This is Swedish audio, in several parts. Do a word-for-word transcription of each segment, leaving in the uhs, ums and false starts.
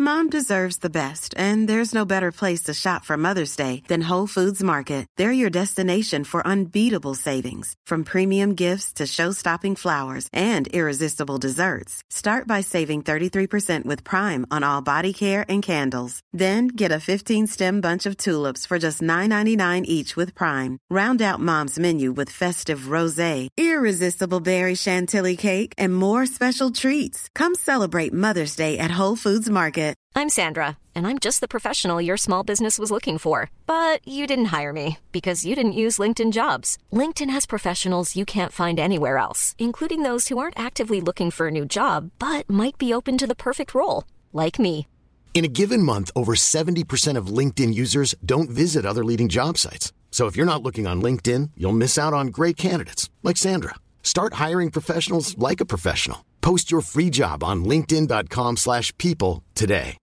Mom deserves the best, and there's no better place to shop for Mother's Day than Whole Foods Market. They're your destination for unbeatable savings, from premium gifts to show-stopping flowers and irresistible desserts. Start by saving thirty-three percent with Prime on all body care and candles. Then get a fifteen-stem bunch of tulips for just nine ninety-nine each with Prime. Round out Mom's menu with festive rosé, irresistible berry chantilly cake, and more special treats. Come celebrate Mother's Day at Whole Foods Market. I'm Sandra, and I'm just the professional your small business was looking for. But you didn't hire me because you didn't use LinkedIn Jobs. LinkedIn has professionals you can't find anywhere else, including those who aren't actively looking for a new job, but might be open to the perfect role, like me. In a given month, over seventy percent of LinkedIn users don't visit other leading job sites. So if you're not looking on LinkedIn, you'll miss out on great candidates, like Sandra. Start hiring professionals like a professional. Post your free job on linkedin dot com slash people today.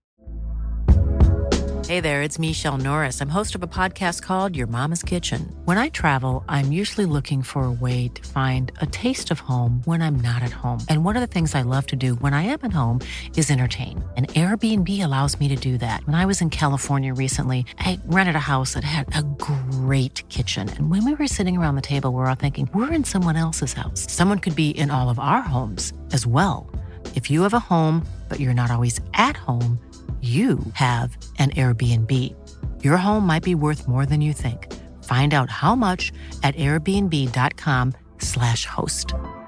Hey there, it's Michelle Norris. I'm host of a podcast called Your Mama's Kitchen. When I travel, I'm usually looking for a way to find a taste of home when I'm not at home. And one of the things I love to do when I am at home is entertain. And Airbnb allows me to do that. When I was in California recently, I rented a house that had a great kitchen. And when we were sitting around the table, we were all thinking, we're in someone else's house. Someone could be in all of our homes as well. If you have a home, but you're not always at home, you have an Airbnb. Your home might be worth more than you think. Find out how much at airbnb dot com slash host.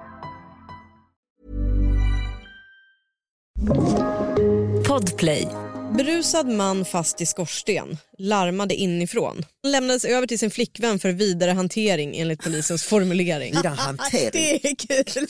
Podplay. Berusad man fast i skorsten larmade inifrån. Han lämnades över till sin flickvän för vidare hantering enligt polisens formulering. Vidare hantering? Det är kul.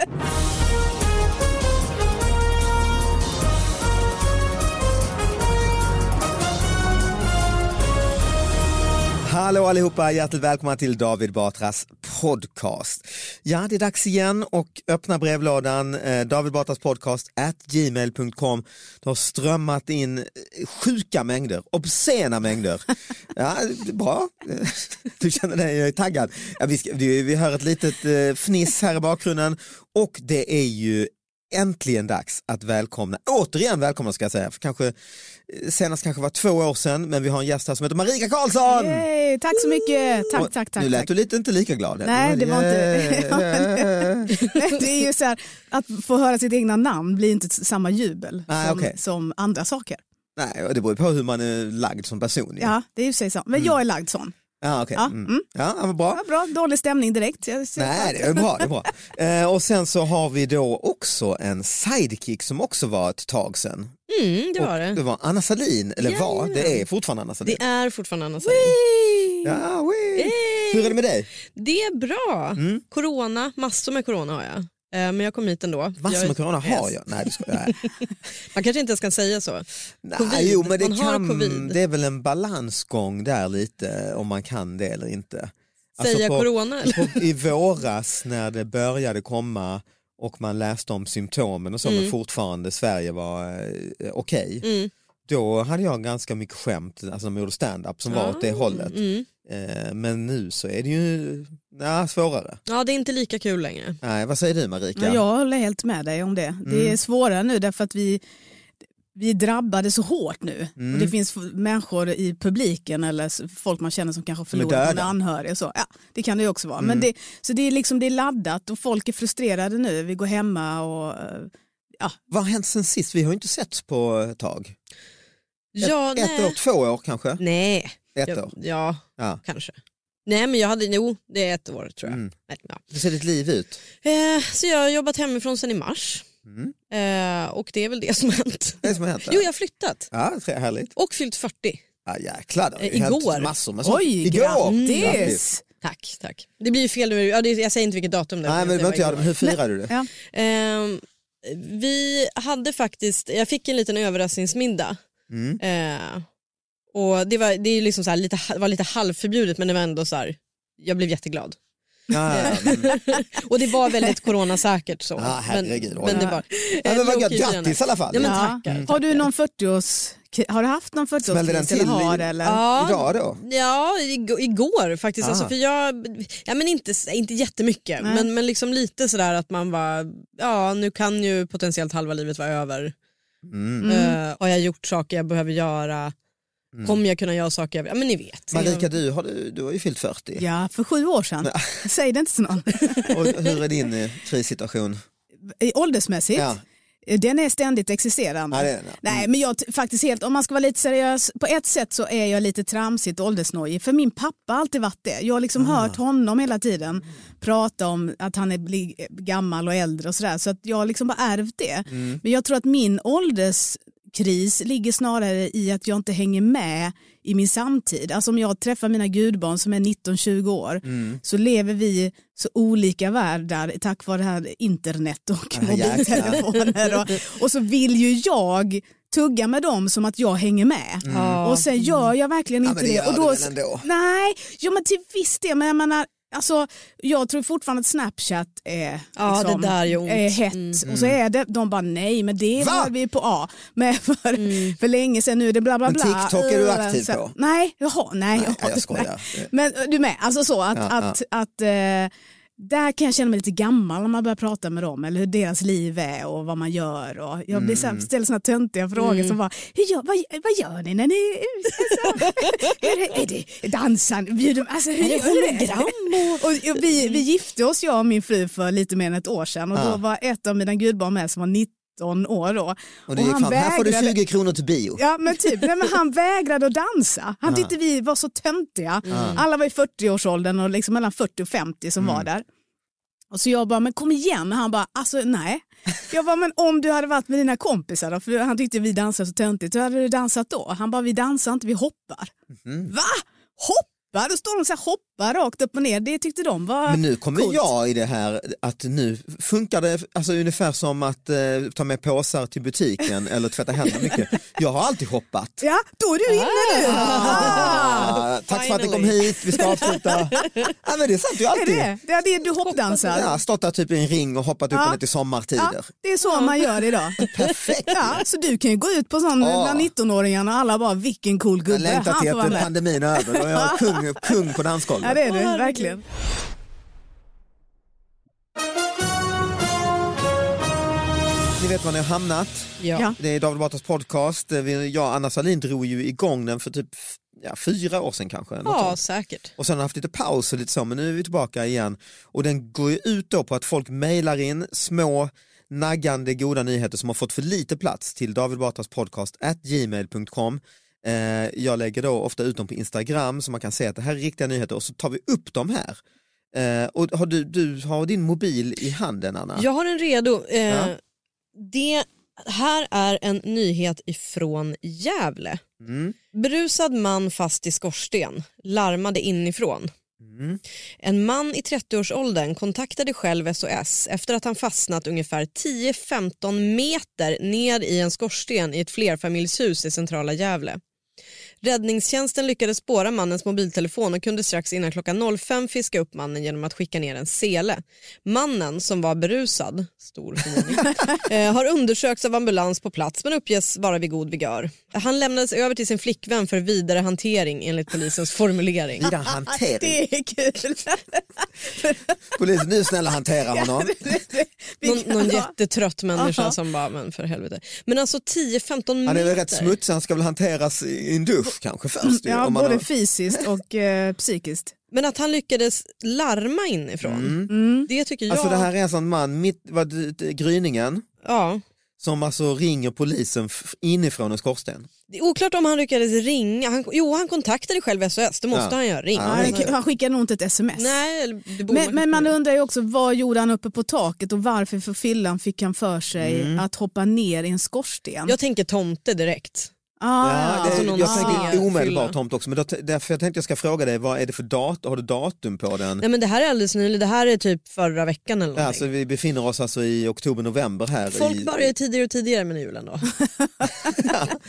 Hallå allihopa, hjärtligt välkomna till David Batras podcast. Ja, det är dags igen och öppna brevlådan eh, David Batras podcast at gmail dot com. Det har strömmat in sjuka mängder, obscena mängder. Ja, bra. Du känner dig taggad. Ja, vi, ska, vi, vi hör ett litet eh, fniss här i bakgrunden och det är ju äntligen dags att välkomna, återigen välkomna ska jag säga, för kanske senast kanske var två år sedan, men vi har en gäst här som heter Marika Karlsson. Yay, tack så mycket, tack, tack, tack. Nu lät tack. du lite inte lika glad. Nej, det var inte. Nej, det är ju så här, att få höra sitt egna namn blir inte samma jubel Nej, som, okay. som andra saker. Nej, det beror på hur man är lagd som person. Ja, ja det är ju så. Men mm. jag är lagd sån. Ja, okej. Okay. Ja, mm. mm. ja, men bra. Ja, bra, dålig stämning direkt. Jag Nej, det är bra, det är bra. eh, och sen så har vi då också en sidekick som också var ett tag sedan. Mm, det var det. Och det var Anna Salin, eller ja, var, ja. det är fortfarande Anna Salin. Det är fortfarande Anna Salin. Wee! Ja, wee. Hur är det med dig? Det är bra. Mm. Corona, massor med corona har jag. Men jag kom hit ändå. Massor jag... med corona har jag? Nej, det ska jag. Man kanske inte ens kan säga så. Nej, COVID. jo, men det, man kan, har covid. det är väl en balansgång där lite, om man kan det eller inte. Säga alltså på, corona? Eller? På, I våras när det började komma och man läste om symptomen och så, mm. men fortfarande Sverige var eh, okej. Okay. Mm. Då hade jag ganska mycket skämt, alltså när man gjorde stand-up som ja. var åt det hållet. Mm. Eh, men nu så är det ju ja, svårare. Ja, det är inte lika kul längre. Nej, vad säger du Marika? Ja, jag håller helt med dig om det. Mm. Det är svårare nu därför att vi vi drabbade så hårt nu. Mm. Och det finns människor i publiken eller folk man känner som kanske förlorar en anhörig och så. Ja, det kan det ju också vara. Mm. Men det, så det är liksom det är laddat och folk är frustrerade nu. Vi går hemma och ja. Vad har hänt sen sist? Vi har ju inte setts på ett tag. Ja, ett, nej. ett år, två år kanske? Nej. Ett jag, år? Ja, ja, kanske. Nej, men jag hade, jo, det är ett år tror jag. Mm. Ja. Hur ser ditt liv ut? Eh, så jag har jobbat hemifrån sedan i mars. Mm. Eh, och det är väl det som har hänt. Det som har hänt jo, jag har flyttat. Ja, härligt. Och fyllt fyrtio. Ja, jäklar. Det eh, igår. Massor med sånt. Oj, igår. Grattis. Tack, tack. Det blir ju fel nu. Ja, det, jag säger inte vilket datum det är. Nej, men det inte jag. Hur firar du det? Ja. Eh, vi hade faktiskt, jag fick en liten överraskningsmiddag. Mm. Eh, och det var, det är liksom så här, lite, var lite halvförbjudet, men det var ändå så här, jag blev jätteglad. Ja, mm. Och det var väldigt coronasäkert så. Ja, herregud. Men, men det var ja, men vad grattis i alla fall. Ja, men ja. tackar, Mm. tackar. Har du någon fyrtioårs har du haft någon fyrtioårskris eller har eller? Ja, idag då? Ja, igår, igår faktiskt alltså, för jag ja men inte inte jättemycket, Nej. men men liksom lite så där att man var ja, nu kan ju potentiellt halva livet vara över. Mm. Uh, har jag gjort saker jag behöver göra? Mm. Kommer jag kunna göra saker jag vill? Ja, men ni vet. Marika, du har, du har ju fyllt fyrtio. Ja, för sju år sedan. Säg det inte till någon. Och hur är din eh, krissituation? Åldersmässigt? Ja. Den är ständigt existerande. Ja, det är det. Mm. Nej, men jag faktiskt helt, om man ska vara lite seriös, på ett sätt så är jag lite tramsigt åldersnojig. För min pappa har alltid varit det. Jag har liksom ah. hört honom hela tiden prata om att han är bli, gammal och äldre och sådär. Så att jag har liksom bara ärvt det. Mm. Men jag tror att min ålderskris ligger snarare i att jag inte hänger med i min samtid. Alltså om jag träffar mina gudbarn som är nitton tjugo år mm. så lever vi så olika världar tack vare det här internet och ah, mobiltelefoner. och, och så vill ju jag tugga med dem som att jag hänger med. Mm. Och sen gör jag verkligen inte ja, det. det. Och då, nej, ja, men till viss del, men jag menar, alltså, jag tror fortfarande att Snapchat är, ja, liksom, det där är, är hett. Mm. Och så är det, de bara nej, men det var vi på A med för, mm. för länge sedan, nu är det bla bla bla. Men TikTok är du aktiv så, på? Nej, jaha, nej. nej jag, jag skojar. Men du med, alltså så att, ja, att, ja. att äh, där kan jag känna mig lite gammal när man börjar prata med dem eller hur deras liv är och vad man gör. Och jag blir så här, ställer såna töntiga frågor mm. som bara, hur gör, vad, vad gör ni när ni är ute? Alltså, är, det, är det dansan? Bjuder, alltså, hur är det gör det? Och, och vi, vi gifte oss, jag och min fru, för lite mer än ett år sedan och ja. Då var ett av mina gudbarn med som var nitton år då. Och det gick och han fan, vägrade, här får du tjugo kronor till bio. Ja men typ, nej, men han vägrade att dansa. Han tyckte vi var så töntiga. Mm. Alla var i fyrtio-årsåldern och liksom mellan fyrtio och femtio som mm. var där. Och så jag bara, men kom igen. Och han bara, alltså nej. Jag bara, men om du hade varit med dina kompisar då, för han tyckte vi dansade så töntigt, hur hade du dansat då? Han bara, vi dansar inte, vi hoppar. Mm. Va? Hoppar? Då står de så här, hoppar rakt upp och ner. Det tyckte de var Men nu kommer coolt. Jag i det här att nu funkar det alltså ungefär som att eh, ta med påsar till butiken eller tvätta händerna mycket. Jag har alltid hoppat. Ja, då är du inne nu. Ah, tack för att ni kom hit. Vi ska avsluta. Ja, men det är sant ju alltid. Är det? Det är det du hoppdansar. Ja, stått där typ i en ring och hoppat upp ja. och ner till sommartider. Ja, det är så man gör idag. Perfekt. Ja, så du kan ju gå ut på sån oh. bland nitton-åringarna och alla bara, vilken cool gubbe. Jag längtar till att pandemin är över och jag är kung, kung på dansgolvet. Ja, det är du, verkligen. Ni vet var ni har hamnat. Ja. Det är David Batras podcast. Jag och Anna Salin drog ju igång den för typ ja, fyra år sedan kanske. Ja, sånt. Säkert. Och sen har haft lite paus och lite så, men nu är vi tillbaka igen. Och den går ju ut då på att folk mejlar in små naggande goda nyheter som har fått för lite plats till David Batras podcast at gmail punkt com. Jag lägger då ofta ut dem på Instagram så man kan se att det här är riktiga nyheter och så tar vi upp dem här. Och har du, du har din mobil i handen, Anna? Jag har den redo. Ja. Det här är en nyhet ifrån Gävle. Mm. Berusad man fast i skorsten, larmade inifrån. Mm. En man i trettio-årsåldern kontaktade själv S O S efter att han fastnat ungefär tio till femton meter ner i en skorsten i ett flerfamiljshus i centrala Gävle. Räddningstjänsten lyckades spåra mannens mobiltelefon och kunde strax innan klockan fem fiska upp mannen genom att skicka ner en sele. Mannen, som var berusad, stor förvåning, har undersökts av ambulans på plats men uppges vara vid god vigör. Han lämnades över till sin flickvän för vidare hantering enligt polisens formulering. Vidare hantering? Det är kul. Polisen, nu snälla hantera honom. Någon, någon jättetrött människa Aha. som bara, men för helvete. Men alltså tio till femton meter. Han är väl rätt smutsig, han ska väl hanteras i en dusch kanske först. Ja, om man både har... fysiskt och eh, psykiskt. Men att han lyckades larma inifrån, mm. Mm. det tycker jag... Alltså det här är en sån man, mitt, vad, gryningen, ja. som alltså ringer polisen inifrån en skorsten. Det är oklart om han lyckades ringa. Han, jo, han kontaktade själv S O S, det måste ja. han göra. Ring. Ja, han, han skickade nog inte ett sms. Nej, det men man, men man undrar ju också, vad gjorde han uppe på taket och varför för fyllan fick han för sig mm. att hoppa ner i en skorsten? Jag tänker tomte direkt. Ah, ja, det, alltså jag tänker omedelbart tomt också, men då, därför jag tänkte jag ska fråga dig, vad är det för datum, har du datum på den? Nej, men det här är alldeles nyligt, det här är typ förra veckan eller någonting. Ja, så vi befinner oss alltså i oktober-november här. Folk i... börjar tidigare och tidigare med julen då. ja,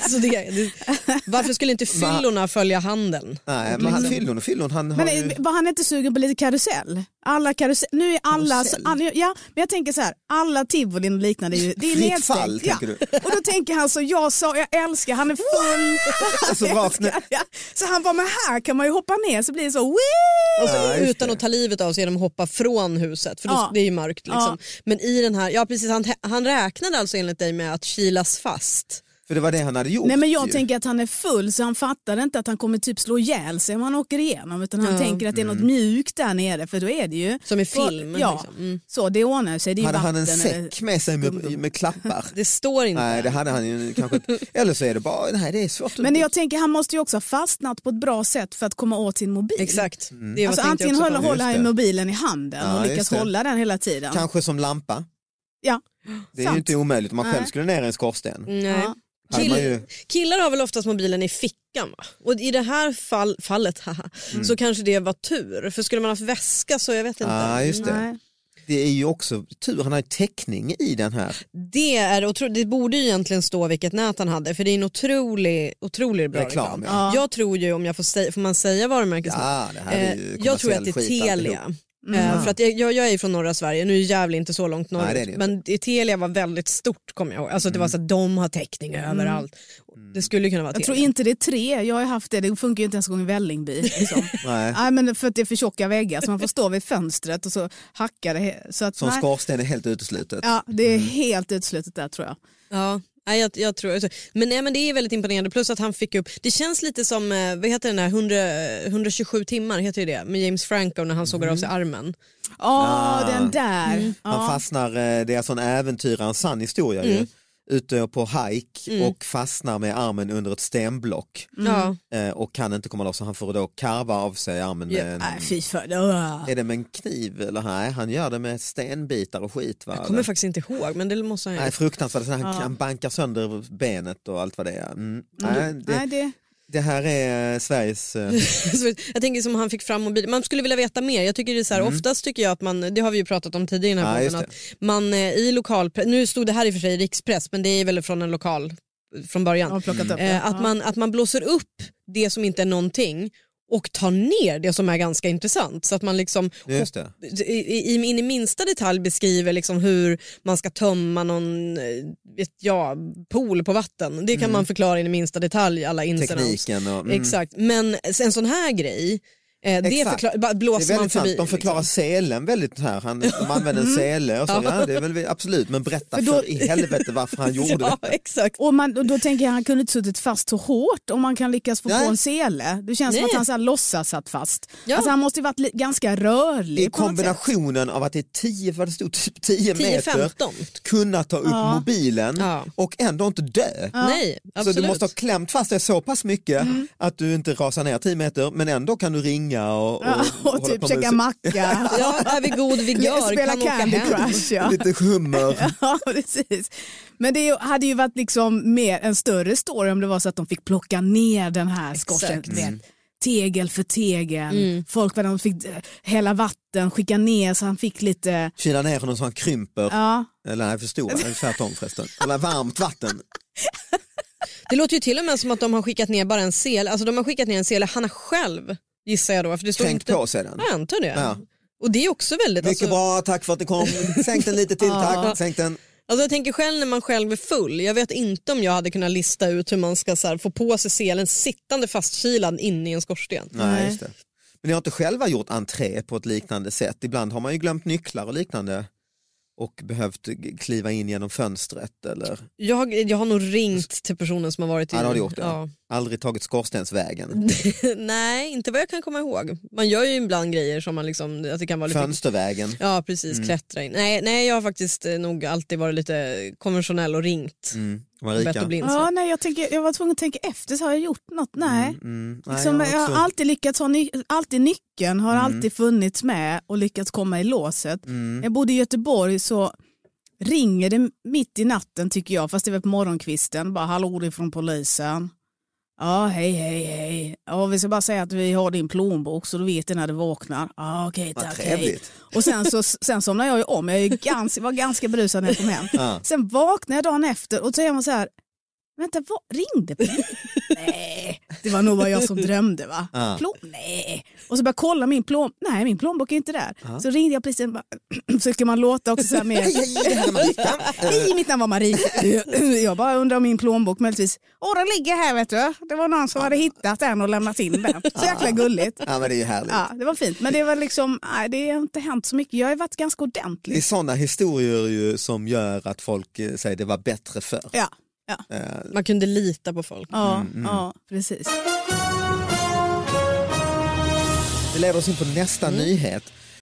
Så det, det, varför skulle inte fyllorna följa handeln? Nej, men han fyllon och fyllon han har men ju... var han inte sugen på lite karusell? Alla karusell, nu är alla, så, ja, men jag tänker så här, alla tivolin och liknande, det är fritt fall, nedstängt. tänker Ja. du? Och då tänker han så, jag sa, jag älskar, han är full. så, vakna... ja. Så han var med här kan man ju hoppa ner så blir det så, alltså, ja, utan att ta livet av sig genom att hoppa från huset, för då, ja. det är ju mörkt liksom. Ja. Men i den här, ja precis, han, han räknade alltså enligt dig med att kilas fast. För det var det han hade gjort. Nej, men jag ju. tänker att han är full så han fattar inte att han kommer typ slå ihjäl sig om han åker igenom, utan han ja. tänker att det är något Mm. mjukt där nere, för då är det ju som i film. Ja, liksom. mm. så det ordnar sig. Det är hade vatten, han en säck eller... med sig med, med klappar? Det står inte. Nej, det hade han ju kanske. Eller så är det bara, nej det är svårt. Men jag tänker han måste ju också ha fastnat på ett bra sätt för att komma åt sin mobil. Exakt. Mm. Det Alltså tänkte antingen jag också håller, på. håller han Just det. mobilen i handen Ja, och just lyckas det. hålla den hela tiden. Kanske som lampa. Ja, Det är sant. ju inte omöjligt om man själv Nej. skulle ner i en skorsten. Nej. Ja. Hade man ju... Killar har väl oftast mobilen i fickan, va? Och i det här fall, fallet haha, Mm. så kanske det var tur. För skulle man ha haft väska så jag vet inte. Ja, just det. Nej. Det är ju också tur, han har ju täckning i den här. Det, är otro- det borde ju egentligen stå vilket nät han hade, för det är en otrolig, otrolig bra Reklam, reklam. ja. Jag tror ju, om jag får säga, får man säga varumärkesnamn? Ja, det här är ju Eh, jag tror att det är kommersiell skit Telia. alltihop. Eh, för att jag, jag, jag är från norra Sverige, nu är Gävle inte så långt norrut, Nej, det är det inte. men det- Telia var väldigt stort, kommer jag ihåg. Alltså det var så att de har täckning överallt. Det skulle kunna vara Jag Telia. tror inte det är tre, jag har haft det, det funkar ju inte ens en gång i Vällingby. Liksom. Nej. Nej, men för att det är för tjocka väggar så man får stå vid fönstret och så hackar det. Så att, Som nej. skorsten är helt uteslutet. Ja, det är helt utslutet där tror jag. Ja, nej, jag, jag tror alltså, men, nej, men det är väldigt imponerande, plus att han fick upp, det känns lite som, eh, vad heter den här, hundra, hundratjugosju timmar heter ju det, med James Franco när han sågar av sig armen. Ja, Ja. den där. Ja. Han fastnar, eh, det är alltså en äventyr, en sann historia Mm. ju. Ute på hike Mm. och fastnar med armen under ett stenblock Ja. eh, och kan inte komma loss, så han får då karva av sig armen Ja, med en, Nej, fy för det. är det med en kniv eller nej, han gör det med stenbitar och skit, va? Jag kommer faktiskt inte ihåg, men det måste han Nej, ju. fruktansvärt, så han, Ja. han bankar sönder benet och allt vad det är. Mm. Nej, det, Nej, det... det här är Sveriges... eh, Så jag tänker som han fick fram mobil. Man skulle vilja veta mer. Jag tycker det är så här, oftast tycker jag att man, det har vi ju pratat om tidigare i den här Ja, podden, just att man eh, i lokal, nu stod det här i och för sig i rikspress, men det är väl från en lokal från början. har plockat upp det. Eh, att, Ja. man, att man blåser upp det som inte är någonting och tar ner det som är ganska intressant, så att man liksom Just det. i, i, in i minsta detalj beskriver liksom hur man ska tömma någon, eh, vet jag, pool på vatten. Det kan man förklara in i minsta detalj, alla ins and outs. Tekniken och... Mm. Exakt, men en sån här grej, eh, det Exakt. förklar, bara Det är blåser man väldigt förbi. sant, de förklarar liksom. selen väldigt här, han, de använder en sele och så, Ja. ja det är väl absolut, men berätta För för, då- i helvete varför han gjorde Ja, det. exakt. Och, man, och då tänker jag han kunde inte suttit fast så hårt om man kan lyckas få Nej. på en sele. Det känns som Nej. att han så här låtsas satt fast. Ja. Alltså, han måste ju varit li- ganska rörlig I på något sätt. kombinationen av att det är tio, vad det stod, typ tio tio meter, femton. kunna ta upp Ja. mobilen Ja. och ändå inte dö. Nej, Så absolut. du måste ha klämt fast det så pass mycket Mm. att du inte rasar ner tio meter, men ändå kan du ringa och, och, Ja, och hålla typ på käka med macka. Ja, är vi god vigör, Spela kan åka Candy hem. Crush. Ja. lite hummer. Ja, precis. Men det hade ju varit liksom mer en större story om det var så att de fick plocka ner den här skorsten. Exakt. Vet, tegel för tegel. Mm. Folk vad de fick eh, hälla vatten, skicka ner så han fick lite... Kyla ner honom så han krymper. Ja. Eller nej, för stora, eller tvärtom förresten. Eller varmt vatten. Det låter ju till och med som att de har skickat ner bara en sele. Alltså de har skickat ner en sele, han har själv, gissar jag då. För det står Trängt inte... på sig den. Jag antar det. Ja. Och det är också väldigt... Mycket alltså... bra, tack för att det kom. Sänk den lite till, tack. Ja. Sänk den. Alltså jag tänker själv när man själv är full, jag vet inte om jag hade kunnat lista ut hur man ska så här, få på sig selen sittande fastkilad inne i en skorsten. Nej, just det. Men jag har inte själva gjort entré på ett liknande sätt. Ibland har man ju glömt nycklar och liknande och behövt kliva in genom fönstret eller Jag, jag har nog ringt till personen som har varit i... ja, det har du gjort, ja. Ja. Aldrig tagit skorstensvägen. Nej, inte vad jag kan komma ihåg. Man gör ju ibland grejer som man liksom, att det kan vara lite... Fönstervägen. Ja, precis, klättra in. Nej, nej, jag har faktiskt eh, nog alltid varit lite konventionell och ringt. Mm. Bett Marika. och blind. Ja, nej, jag, tänker, jag var tvungen att tänka efter, så har jag gjort något? Nej. Mm, mm. Nej, Liksom, jag har jag också- har alltid lyckats ha ny, alltid nyckeln har Mm. alltid funnits med och lyckats komma i låset. Mm. Jag bodde i Göteborg så ringer det mitt i natten tycker jag, fast det var på morgonkvisten, bara hallå, det är från polisen. Ja, hej, hej, hej. Ja, vi ska bara säga att vi har din plånbok så du vet det när du vaknar. Ja, okej, Vad tack, hej. trevligt. Och sen, så, sen somnade jag ju om, jag är ju ganska, var ganska brusad när jag kom hem. Ja. Sen vaknade jag dagen efter och så är man så här, Vänta, vad ringde på? Nej, det var nog vad jag som drömde va? Ah. Plom? Nej. Och så bara kolla min plån. Nej, min plånbok är inte där. Ah. Så ringde jag precis bara, så ska man låta också så här med. Hej, hej, det här är Marika. Hej, mitt namn var Marika. Jag bara undrar om min plånbok möjligtvis. Åh, den ligger här vet du. Det var någon som ah. hade hittat den och lämnat in den. Så jäkla gulligt. Ja, men det är ju härligt. Ja, det var fint. Men det var liksom, nej, det har inte hänt så mycket. Jag har varit ganska ordentlig. Det är sådana historier ju som gör att folk säger det var bättre förr. Ja. Ja. Man kunde lita på folk. Ja, mm, mm. ja precis. Det leder oss in på nästa mm. nyhet.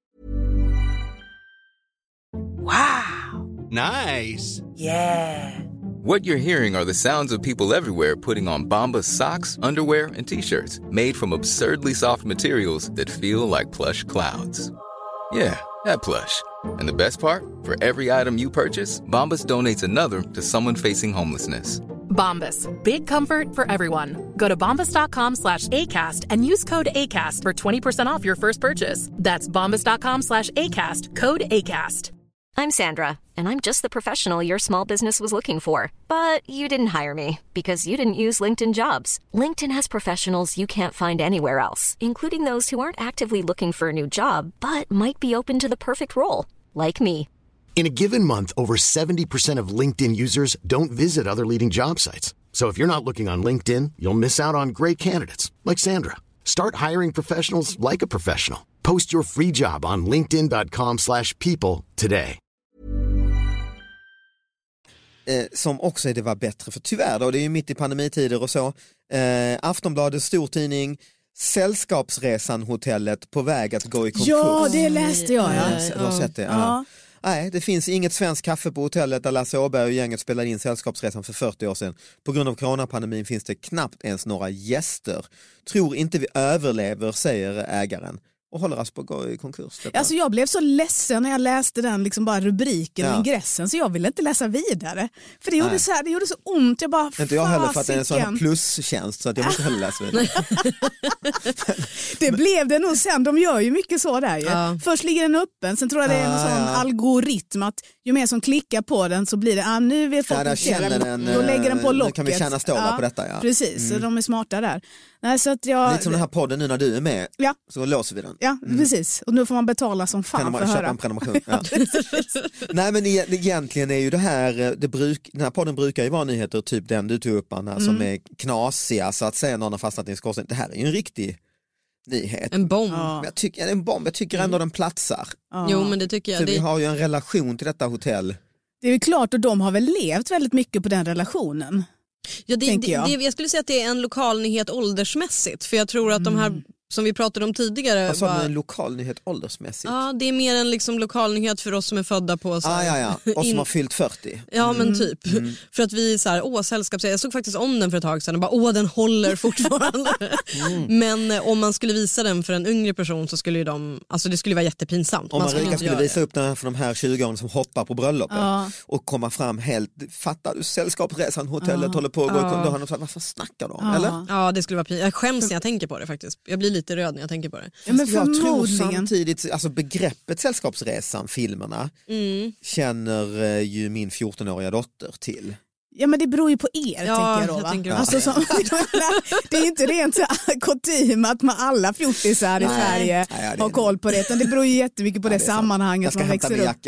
Wow! Nice! Yeah! What you're hearing are the sounds of people everywhere putting on Bombas socks, underwear, and t-shirts made from absurdly soft materials that feel like plush clouds. Yeah, that plush. And the best part? For every item you purchase, Bombas donates another to someone facing homelessness. Bombas, big comfort for everyone. Go to bombas.com slash ACAST and use code ACAST for twenty percent off your first purchase. That's bombas.com slash ACAST, code ACAST. I'm Sandra, and I'm just the professional your small business was looking for. But you didn't hire me because you didn't use LinkedIn Jobs. LinkedIn has professionals you can't find anywhere else, including those who aren't actively looking for a new job, but might be open to the perfect role, like me. In a given month, over seventy percent of LinkedIn users don't visit other leading job sites. So if you're not looking on LinkedIn, you'll miss out on great candidates, like Sandra. Start hiring professionals like a professional. Post your free job on linkedin dot com slash people today. Eh, som också är det var bättre för tyvärr då, det är ju mitt i pandemitider och så. Eh, Aftonbladet, stor tidning, Sällskapsresan-hotellet på väg att gå i konkurs. Ja, det läste jag. Ja. Du har sett det? Ja. Ja. Nej, det finns inget svenskt kaffe på hotellet där Lasse Åberg och gänget spelade in Sällskapsresan för fyrtio år sedan. På grund av coronapandemin finns det knappt ens några gäster. Tror inte vi överlever, säger ägaren. Och håller alltså på att gå i konkurs. Alltså jag blev så ledsen när jag läste den liksom bara rubriken och ja. ingressen, så jag ville inte läsa vidare. För det gjorde, så här, det gjorde så ont. Jag bara, inte jag heller, för att det är en sån plustjänst, så att jag måste heller läsa vidare. Det blev det nog sen. De gör ju mycket så där ju. Ja. Först ligger den öppen, sen tror jag det är en sån ja. algoritm att ju mer som klickar på den så blir det, ah, nu vill folk ja, känner den, då lägger den på locket. Nu kan vi känna stålar ja, på detta. Ja. Precis, mm. så de är smarta där. Nej, så att jag... Lite som den här podden nu när du är med, ja. så låser vi den. Ja, mm. precis. Och nu får man betala som fan man, för att höra. En prenumeration. Ja. Nej, men egentligen är ju det här, det bruk, den här podden brukar ju vara nyheter, typ den du tog upp, Anna, mm. som är knasiga, så att säga, någon har fastnat i en skorsten. Det här är ju en riktig nyhet. En bomb. Ja. Jag tycker, en bomb. Jag tycker ändå mm. den platsar. Ja. Jo, men det tycker jag. För det... vi har ju en relation till detta hotell. Det är ju klart, och de har väl levt väldigt mycket på den relationen. Ja, det, det, jag. Det, jag skulle säga att det är en lokal nyhet åldersmässigt, för jag tror att mm. de här som vi pratade om tidigare. Vad sa du, en lokal nyhet åldersmässigt? Ja, det är mer en liksom lokal nyhet för oss som är födda på så här, ah, ja, ja. Och som har fyllt fyrtio. Ja, mm. men typ. Mm. För att vi så här, åh, sällskap. Jag såg faktiskt om den för ett tag sedan och bara, åh, den håller fortfarande. mm. Men eh, om man skulle visa den för en yngre person så skulle ju de, alltså det skulle vara jättepinsamt. Om man Marika skulle, skulle visa upp den här för de här tjugo-åringarna som hoppar på bröllopet ja. och komma fram helt, fattar du, Sällskapsresan, hotellet ja. håller på att gå ja. i konkurs. Vad fan snackar de? Ja. Eller? Ja, det skulle vara pinsamt. Jag skäms när jag tänker på det faktiskt. Jag blir lite röd när jag tänker på det. Ja, men jag tror samtidigt, alltså begreppet Sällskapsresan, filmerna, mm. känner ju min fjortonåriga dotter till. Ja, men det beror ju på er, ja, tänker jag då, va? Jag tänker alltså, som, det är ju inte rent kutym att man alla fjortisar i nej, Sverige nej, ja, har koll på det, utan det beror ju jättemycket på ja, det, det sammanhanget man växer upp.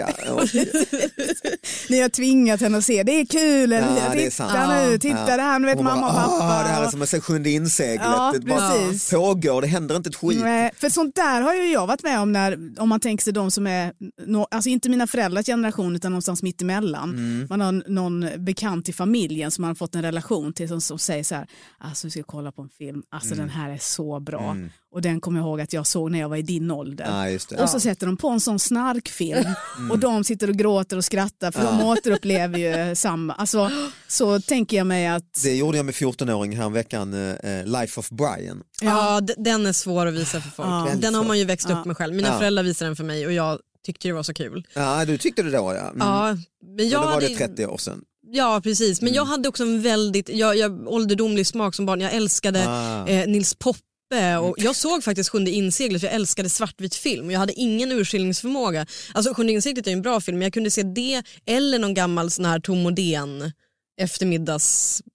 Ni har tvingat henne att se, det är kul, ja, titta nu, titta ja. det här, nu vet mamma och pappa. Det här är som att säga sjunde inseglet, ja, det bara pågår, det händer inte ett skit. Nej, för sånt där har ju jag varit med om, när, om man tänker sig de som är, alltså inte mina föräldrars generation utan någonstans mitt emellan. Mm. Man har någon bekant i familjen som man har fått en relation till som, som säger så här, alltså vi ska kolla på en film, alltså mm. den här är så bra mm. och den kommer jag ihåg att jag såg när jag var i din ålder. Ah, just det. Och så sätter de på en sån snarkfilm mm. och de sitter och gråter och skrattar för ah. de återupplever ju samma, alltså så tänker jag mig att... Det gjorde jag med fjorton-åring här en veckan, uh, Life of Brian. Ja, d- den är svår att visa för folk. Ah. Den har man ju växt ah. upp med själv. Mina ah. föräldrar visade den för mig och jag tyckte det var så kul. Ja, du tyckte det då, ja. Mm. Ja, men jag och då var hade... det trettio år sedan. Ja, precis. Men mm. jag hade också en väldigt jag, jag, ålderdomlig smak som barn. Jag älskade ah. eh, Nils Poppe och jag såg faktiskt Sjunde inseglet för jag älskade svartvit film. Jag hade ingen urskiljningsförmåga. Alltså Sjunde inseglet är en bra film, men jag kunde se det eller någon gammal sån här Tom Modén eftermiddags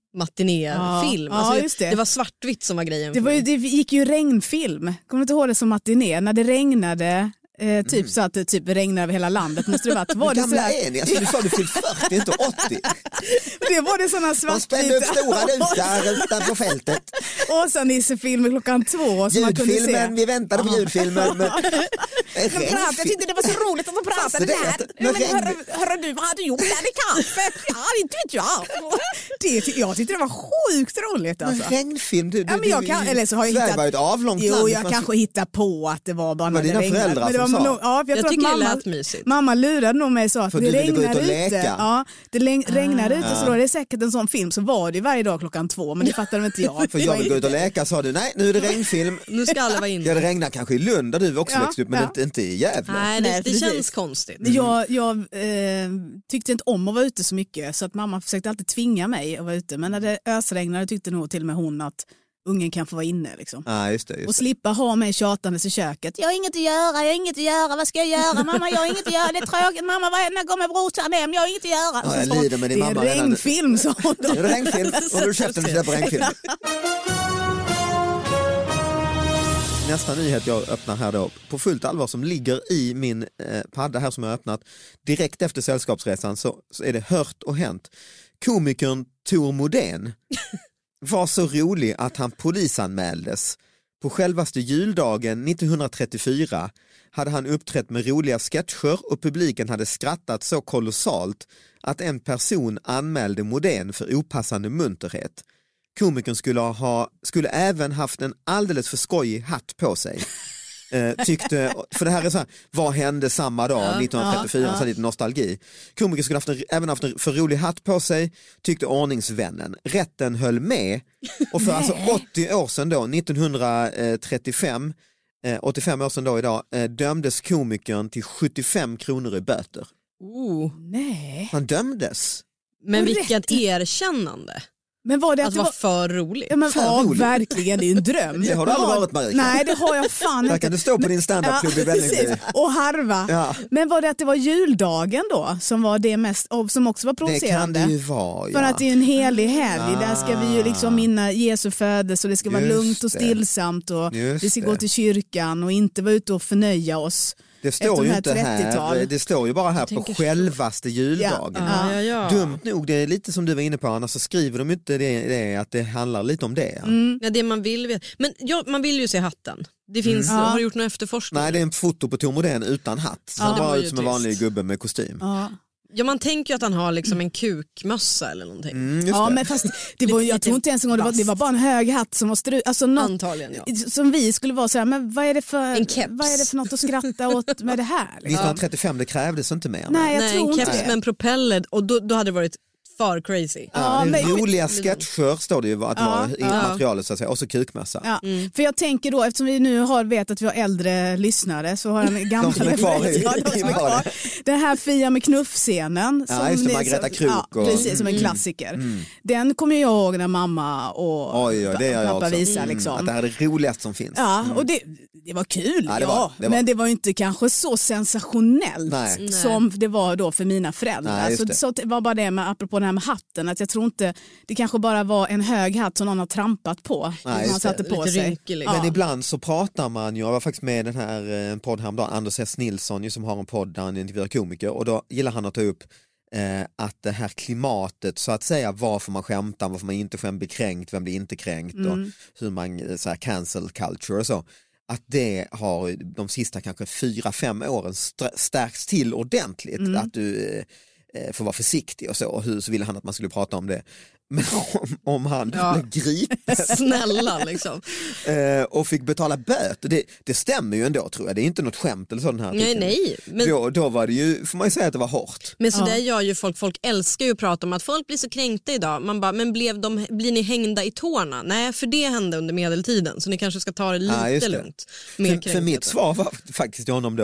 matinéfilm. Ja, alltså, ja, just det. det var svartvitt som var grejen. Det, var ju, det gick ju regnfilm. Kommer du inte ihåg det som matiné? När det regnade, eh, typ mm. så att det typ regnade över hela landet. Måste det varit. Var Hur gamla det är ni? Alltså, du sa du fyllt fyrtio, inte åttio. Det var det sådana svartvita. De spände upp stora lutar utanför fältet. Och så Nisse-filmer klockan två. Som man kunde se. Ljudfilmen, vi väntade på ljudfilmen. Men... De pratade, jag tyckte det var så roligt att de pratade det, där. Men hörru, hörru du, vad hade du gjort där i kaffe? Ja, inte vet jag. Det, jag tyckte det var sjukt roligt. Alltså. Men regnfilm, du, du, ja, men jag kan, eller så har jag Sverige hittat, var ett avlångt jo, land. jag man... kanske hittar på att det var bara när det det regnade. föräldrar Men det var, som sa. nog, ja, jag, jag tror tycker att mamma, det lät mysigt. Mamma lurade nog mig så att för det regnar ute. Ja, det regnar ute, ah. så då är det säkert en sån film, så var det varje dag klockan två, men det fattade inte jag. För jag vill gå ut och leka, sa du, nej nu är det regnfilm. Nu ska alla vara inne. Ja, det regnar kanske i Lund där du också ja, växte upp, men ja. inte, inte i Gävle. Nej, det, Nej, det känns konstigt. Mm. Jag, jag eh, tyckte inte om att vara ute så mycket, så att mamma försökte alltid tvinga mig att vara ute, men när det ösregnade tyckte nog till och med hon att ungen kan få vara inne liksom. Ah, just det, just och det. slippa ha mig tjatandes i köket. Jag har inget att göra, jag har inget att göra, vad ska jag göra? Mamma, jag har inget att göra, det är tråkigt. Mamma, vad är, när kommer brorsan hem? Jag har inget att göra. Ja, jag så, lider med din det är mamma regnfilm, sa hon då. Det är regnfilm, och du köpte en på regnfilm. Nästa nyhet jag öppnar här då, på fullt allvar, som ligger i min eh, padda här som jag har öppnat direkt efter Sällskapsresan, så, så är det hört och hänt. Komikern Tor Modén var så rolig att han polisanmäldes. På självaste juldagen nittonhundratrettiofyra hade han uppträtt med roliga sketcher och publiken hade skrattat så kolossalt att en person anmälde Modén för opassande munterhet. Komikern skulle, ha, skulle även haft en alldeles för skojig hatt på sig. Eh, tyckte, för det här är så här, vad hände samma dag ja, nittonhundratrettiofyra, ja, ja. så lite nostalgi. Komikern skulle haft en, även haft en för rolig hatt på sig, tyckte ordningsvännen. Rätten höll med, och för alltså åttio år sedan då, nittonhundratrettiofem, eh, åttiofem år sedan då idag, eh, dömdes komikern till sjuttiofem kronor i böter. Oh. Nej. Han dömdes. Men Och vilket rätt. erkännande. Men var det att, Att det vara var för roligt. Ja, men, För ja, roligt. verkligen, det är ju en dröm. Det har du aldrig varit, Marika. Nej, det har jag fan Där inte. kan du stå på din standupklubb i Vällingby. precis. Och harva. Ja. Men var det att det var juldagen då som var det mest, och som också var Det kan provocerande? det ju vara, ja. För att det är en helig helg, Ah. där ska vi ju liksom minna Jesu födelse, och det ska vara Just lugnt och det. stillsamt, och Just vi ska det. gå till kyrkan och inte vara ute och förnöja oss. Det står Efter ju de här inte här, trettiotal. det står ju bara här på tänker självaste juldagen. Ja, ja, ja. Dumt nog, det är lite som du var inne på, Anna, så skriver de inte det, det att det handlar lite om det. Ja. Mm. Ja, det man vill veta. Men ja, man vill ju se hatten. Det finns, Mm. har du gjort någon efterforskning? Nej, det är en foto på Tor Modén utan hatt. Så Ja, han det bara var ut ju som en trist. vanlig gubbe med kostym. Ja. Ja, man tänker ju att han har liksom en kukmössa eller någonting. Mm, just Ja, det. men fast det var, jag tror inte ens en gång det var, det var bara en hög hatt som var stru, alltså något, Antagligen, ja. som vi skulle vara så här, men vad är det för, En keps. vad är det för något att skratta åt med det här? Liksom? nittonhundratrettiofem, det krävdes inte mer. Nej, jag Nej, tror en inte keps det. med en propeller, och då, då hade det varit för crazy. Ja, Ja, det är men- roliga sketcher står det ju att det Ja, var i ja. materialet så att säga, och så kukmössa. Ja, för jag tänker då, eftersom vi nu har vet att vi har äldre lyssnare, så har en gamla De som är kvar i- ja, de som är i kvar. valet. Den här Fia med knuff-scenen, Ja, som just det, ni- Margareta som- Krok ja, och- precis, som en Mm. klassiker. Den kommer jag ihåg när mamma och Oj, oj, det gör jag pappa också. visar. Mm, Liksom. att det här är det roligaste som finns. Ja, och det, det var kul, Ja, ja, det var- det var. men det var ju inte kanske så sensationellt Nej. som det var då för mina föräldrar. Nej, just så, det. så det var bara det med, apropå det här med hatten, att jag tror inte, det kanske bara var en hög hatt som någon har trampat på. Nej, som just man satte det. på Lite sig. rynkig, liksom. Men ibland så pratar man ju, jag var faktiskt med i den här eh, podd häromdagen, Anders S. Nilsson ju, som har en podd där han intervjuar komiker, och då gillar han att ta upp eh, att det här klimatet, så att säga, varför man skämtar, varför man inte skämt blir kränkt, vem blir inte kränkt och hur man, eh, så här, cancel culture och så, att det har de sista kanske fyra, fem åren st- stärkts till ordentligt, att du eh, får vara försiktig och så, och hur så ville han att man skulle prata om det. Men om, om han Ja. blev gripen Snälla liksom. eh, och fick betala böter, det, det stämmer ju ändå, tror jag, det är inte något skämt eller sån här Nej, artikeln. nej. Men, Då, då var det ju, får man ju säga att det var hårt. men så Ja. där gör ju folk. Folk älskar ju att prata om att folk blir så kränkta idag. Man bara, men blev de, blir ni hängda i tårna? Nej, för det hände under medeltiden. Så ni kanske ska ta det lite Ja, just det. lugnt. Med För, för mitt svar var faktiskt till honom då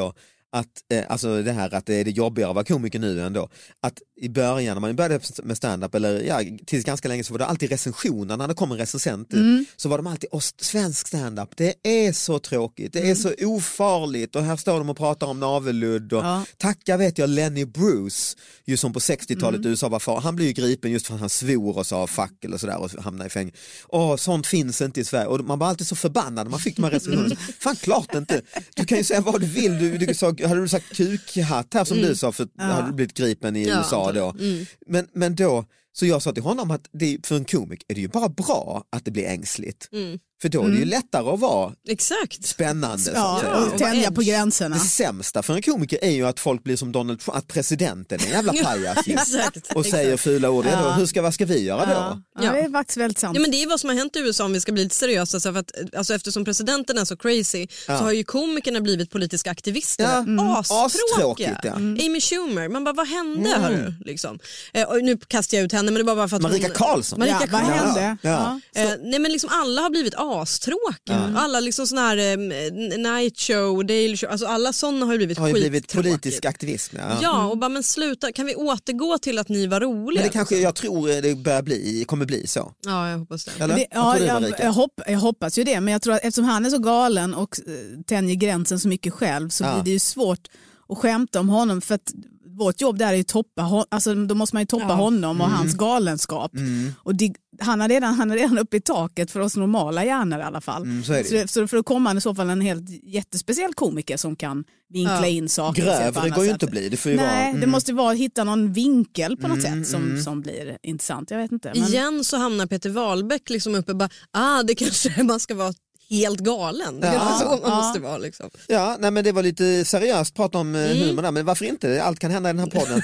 att, eh, alltså det här att det är det jobbigare att vara komiker nu ändå. Att i början när man började med stand-up, eller ja, tills ganska länge, så var det alltid recensioner när det kom en recensent. Mm. Så var de alltid, åh, svensk stand-up, det är så tråkigt, det är mm. så ofarligt, och här står de och pratar om navelludd och ja. Tacka vet jag Lenny Bruce, ju som på sextiotalet mm. U S A var far, han blev ju gripen just för att han svor och sa fuck eller sådär och hamnade i fängelse. Åh, sånt finns inte i Sverige, och man var alltid så förbannad när man fick de här recensionerna. Fan, klart inte, du kan ju säga vad du vill, du, du sa, hade du sagt kukhatt här som mm. du sa, för ja. Hade du blivit gripen i ja, U S A då. Mm. Men, men då, så jag sa till honom att det, för en komik är det ju bara bra att det blir ängsligt. Mm. För då är det ju lättare att vara Exakt. Spännande. Ja, så att och tänja på gränserna. Det sämsta för en komiker är ju att folk blir som Donald Trump, att presidenten är en jävla pajas och säger exakt. Fula ord. Ja. Då, hur ska, vad ska vi göra ja. då? Ja, det är faktiskt väldigt sant. Ja, men det är vad som har hänt i U S A, om vi ska bli lite seriösa. Så för att, alltså, eftersom presidenten är så crazy ja. Så har ju komikerna blivit politiska aktivister. Ja. Mm. Astråkiga. Ja. Mm. Amy Schumer, man bara, vad hände? Mm. Hörru, liksom. eh, och nu kastar jag ut henne, men det var bara för att Marika hon, Karlsson. Marika ja, Karlsson. Vad hände? Ja. Ja. Eh, nej, men liksom alla har blivit astråkiga. Mm. Alla liksom sån här eh, night show, daily show, alltså alla sådana har ju blivit har ju blivit politisk aktivism. Ja, ja och bara, men sluta, kan vi återgå till att ni var roliga? Men det kanske, jag tror det börjar bli, kommer bli så. Ja, jag hoppas det. Eller? det ja, jag, jag, hopp, jag hoppas ju det, men jag tror att eftersom han är så galen och tänjer gränsen så mycket själv, så ja. Blir det ju svårt att skämta om honom, för att vårt jobb där är ju toppa, alltså då måste man ju toppa ja. Honom och mm. hans galenskap. Mm. Och det, han, är redan, han är redan uppe i taket för oss normala hjärnor i alla fall. Mm, så, så, så för att komma i så fall en helt jättespeciell komiker som kan vinkla ja. In saker. Grövre går ju inte att bli. Det får ju Nej, vara, mm. det måste vara att hitta någon vinkel på något mm, sätt som, mm. som blir intressant. Jag vet inte. Men... Igen så hamnar Peter Wahlbeck liksom uppe och bara, ah det kanske man ska vara helt galen. Det ja, är så man ja. måste vara liksom. Ja, nej, men det var lite seriöst att prata om mm. humor där, men varför inte? Allt kan hända i den här podden.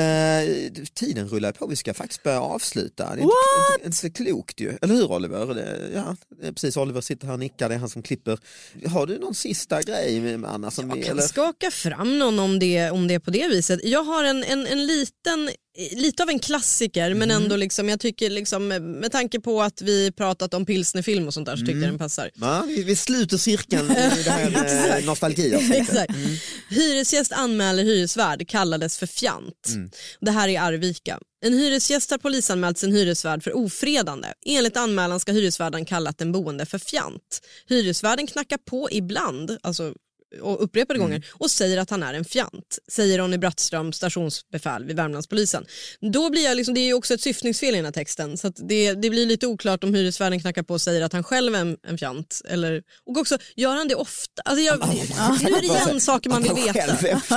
Mm. Eh, tiden rullar på, vi ska faktiskt börja avsluta. Det är inte, inte, inte så klokt ju. Eller hur Oliver? Det, ja, det är precis, Oliver sitter här och nickar, det är han som klipper. Har du någon sista grej med Anna? Som jag vi, kan eller? skaka fram någon om det, om det är på det viset. Jag har en, en, en liten lite av en klassiker mm. men ändå liksom, jag tycker liksom, med tanke på att vi pratat om pilsnerfilm och sånt där så tycker mm. jag den passar. Ja, vi, vi sluter cirkeln i det här nostalgi. Exakt. Mm. Hyresgäst anmäler hyresvärd, kallades för fjant. Mm. Det här är Arvika. En hyresgäst har polisanmält sin hyresvärd för ofredande. Enligt anmälan ska hyresvärden kallat den boende för fjant. Hyresvärden knackar på ibland, alltså och upprepade mm. gånger och säger att han är en fjant, säger Ronny Brattström, stationsbefäl vid Värmlandspolisen. Då blir jag liksom, det är ju också ett syftningsfel i den här texten, så att det, det blir lite oklart om hyresvärden knackar på och säger att han själv är en, en fjant, eller, och också, gör han det ofta? Alltså jag, nu är det igen saker man vill veta.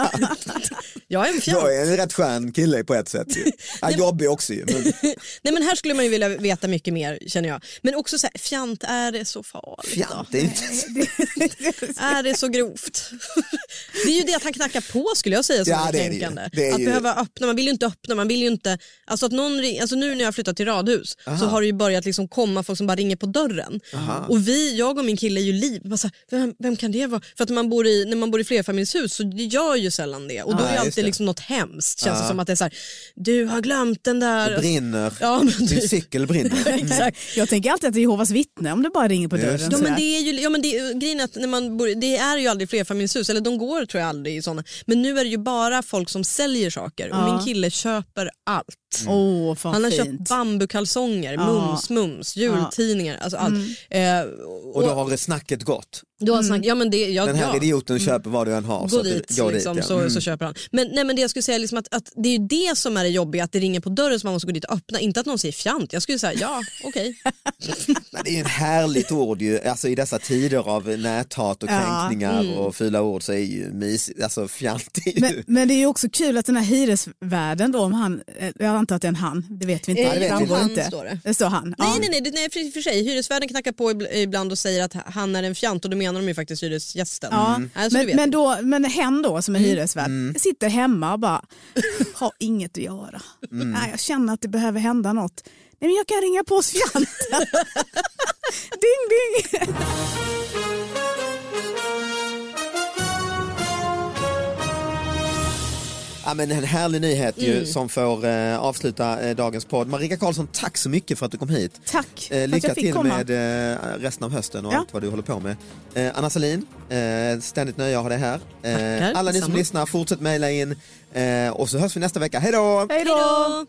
Jag är en fjant. Jag är en rätt skön kille på ett sätt. Jag jobbar också ju. Men... Nej, men här skulle man ju vilja veta mycket mer, känner jag. Men också så här, fjant, är det så farligt? Fjant är inte... Är det så grovt? Det är ju det att han knackar på, skulle jag säga, som ja, är tänkande. Det det är att ju... behöva öppna, man vill ju inte öppna, man vill ju inte, alltså att någon ring, alltså nu när jag flyttat till radhus Aha. Så har det ju börjat liksom komma folk som bara ringer på dörren. Aha. Och vi, jag och min kille är ju liv, bara så här, vem, vem kan det vara? För att man bor i, när man bor i flerfamiljshus så gör ju sällan det. Och då ah, är det alltid liksom något hemskt, känns det ah. som att det är så här, du har glömt den där. Det brinner, ja, men din cykel brinner. Exakt. Jag tänker alltid att det är Jehovas vittne om det bara ringer på dörren. Ja, men det är ju, ja men det, grejen är att när man bor, det är ju aldrig flerfamiljshus, eller de går tror jag aldrig i sådana. Men nu är det ju bara folk som säljer saker. Ja. Och min kille köper allt. Mm. Oh, han har fint. köpt bambukalsonger, ja. mums, mums, jultidningar, alltså allt. Mm. Eh, och, och då har det snacket gått. Då har snack, ja, men det, jag, Den här ja. idioten mm. köper vad du än har. Gå så dit, det, gå liksom, dit ja. så, mm. så köper han. Men, nej, men det jag skulle säga liksom att, att det är ju det som är det jobbiga, att det ringer på dörren så man måste gå dit och öppna. Inte att någon säger fjant. Jag skulle säga ja, okej. Okay. Det är ju ett härligt ord ju. Alltså i dessa tider av näthat och kränkningar ja. mm. och fula ord så är ju mis, alltså fjant är ju... Men, men det är ju också kul att den här hyresvärden då, om han, jag antar att det är en han, det vet vi inte. Eh, det vet vi han, inte. Står det. Det står han. Nej, ja. nej, nej, nej, för, för sig. Hyresvärden knackar på ibland och säger att han är en fjant, och då menar de ju faktiskt hyresgästen. Ja. Mm. Alltså, men, men, då, men hen då som är mm. hyresvärd mm. sitter hemma och bara har inget att göra. Mm. Nej, jag känner att det behöver hända något. Nej, men jag kan ringa på fjanten. Ding, ding. Ja, Ja, men en härlig nyhet ju, Mm. som får eh, avsluta eh, dagens podd. Marika Karlsson, tack så mycket för att du kom hit. Tack Eh, för att lycka jag fick till komma. med eh, resten av hösten och Ja. allt vad du håller på med. Eh, Anna Salin, eh, ständigt nöje att ha dig här. Eh, Tackar, alla ni som detsamma. lyssnar, fortsätt mejla in eh, och så hörs vi nästa vecka. Hej då! Hej då!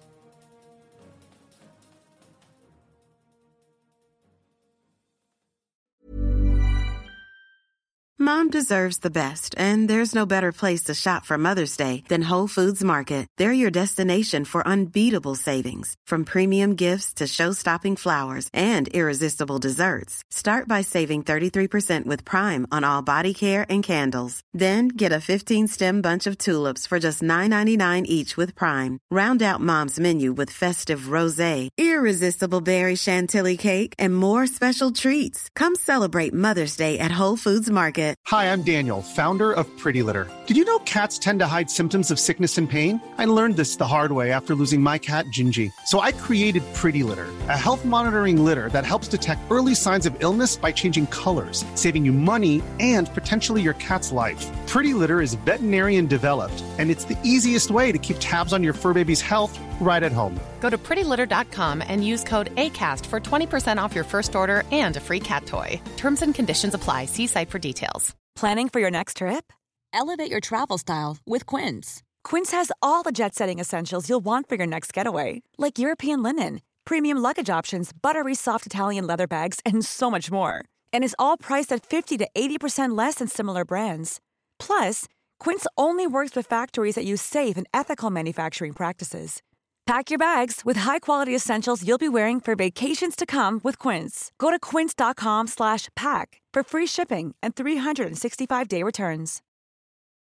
Mom deserves the best, and there's no better place to shop for Mother's Day than Whole Foods Market. They're your destination for unbeatable savings, from premium gifts to show-stopping flowers and irresistible desserts. Start by saving thirty-three percent with Prime on all body care and candles. Then get a fifteen-stem bunch of tulips for just nine ninety-nine each with Prime. Round out Mom's menu with festive rosé, irresistible berry chantilly cake, and more special treats. Come celebrate Mother's Day at Whole Foods Market. Hi, I'm Daniel, founder of Pretty Litter. Did you know cats tend to hide symptoms of sickness and pain? I learned this the hard way after losing my cat, Gingy. So I created Pretty Litter, a health monitoring litter that helps detect early signs of illness by changing colors, saving you money and potentially your cat's life. Pretty Litter is veterinarian developed, and it's the easiest way to keep tabs on your fur baby's health right at home. Go to pretty litter dot com and use code ACAST for twenty percent off your first order and a free cat toy. Terms and conditions apply. See site for details. Planning for your next trip? Elevate your travel style with Quince. Quince has all the jet-setting essentials you'll want for your next getaway, like European linen, premium luggage options, buttery soft Italian leather bags, and so much more. And is all priced at fifty to eighty percent less than similar brands. Plus, Quince only works with factories that use safe and ethical manufacturing practices. Pack your bags with high-quality essentials you'll be wearing for vacations to come with Quince. Go to quince dot com slash pack for free shipping and three sixty-five day returns.